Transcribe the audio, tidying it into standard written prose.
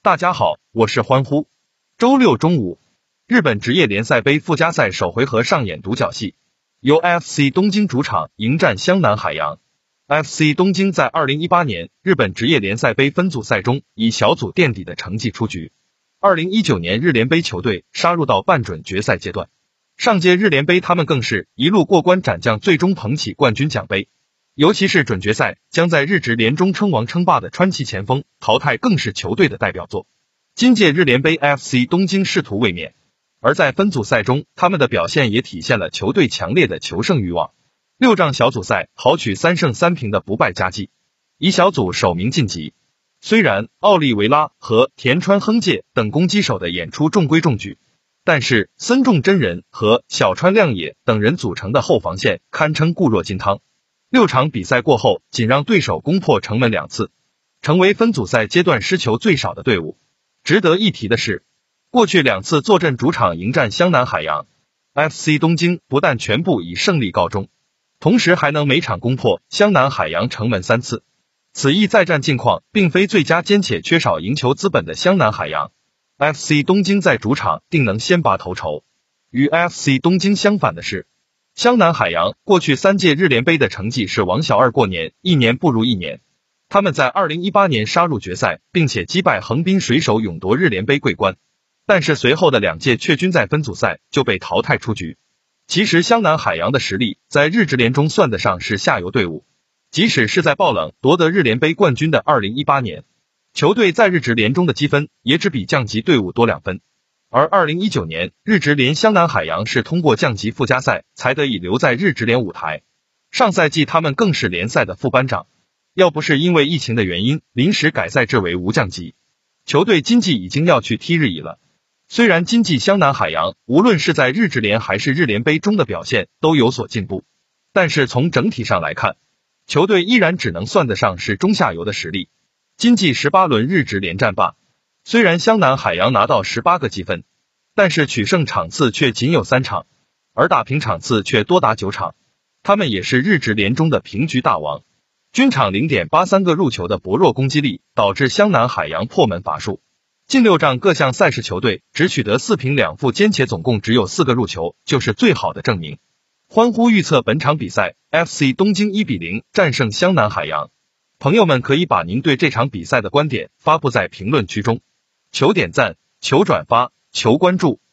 大家好，我是欢呼。周六中午，日本职业联赛杯附加赛首回合上演独角戏，由 FC 东京主场迎战湘南海洋。FC 东京在2018年日本职业联赛杯分组赛中以小组垫底的成绩出局。2019年日联杯球队杀入到半准决赛阶段，上届日联杯他们更是一路过关斩将，最终捧起冠军奖杯。尤其是准决赛将在日职联中称王称霸的川崎前锋淘汰，更是球队的代表作。今届日联杯 FC 东京试图卫冕，而在分组赛中他们的表现也体现了球队强烈的求胜欲望。6仗小组赛豪取3胜3平的不败佳绩，以小组首名晋级。虽然奥利维拉和田川亨介等攻击手的演出中规中矩，但是森重真人和小川亮也等人组成的后防线堪称固若金汤。6场比赛过后，仅让对手攻破城门2次，成为分组赛阶段失球最少的队伍。值得一提的是，过去2次坐镇主场迎战湘南海洋， FC 东京不但全部以胜利告终，同时还能每场攻破湘南海洋城门3次。此役再战境况并非最佳，兼且缺少赢球资本的湘南海洋， FC 东京在主场定能先拔头筹。与 FC 东京相反的是，湘南海洋过去3届日联杯的成绩是王小二过年，一年不如一年。他们在2018年杀入决赛，并且击败横滨水手勇夺日联杯桂冠，但是随后的2届却均在分组赛就被淘汰出局。其实湘南海洋的实力在日职联中算得上是下游队伍，即使是在爆冷夺得日联杯冠军的2018年，球队在日职联中的积分也只比降级队伍多2分。而2019年日职联湘南海洋是通过降级附加赛才得以留在日职联舞台，上赛季他们更是联赛的副班长，要不是因为疫情的原因临时改赛制为无降级，球队今季已经要去踢日乙了。虽然今季湘南海洋无论是在日职联还是日联杯中的表现都有所进步，但是从整体上来看，球队依然只能算得上是中下游的实力。今季18轮日职联战罢，虽然湘南海洋拿到18个积分，但是取胜场次却仅有3场，而打平场次却多达9场。他们也是日职联中的平局大王，均场 0.83 个入球的薄弱攻击力导致湘南海洋破门乏术。近6仗各项赛事球队只取得4平2负，兼且总共只有4个入球，就是最好的证明。欢呼预测本场比赛 FC 东京1比0战胜湘南海洋。朋友们可以把您对这场比赛的观点发布在评论区中，求点赞，求转发，求关注。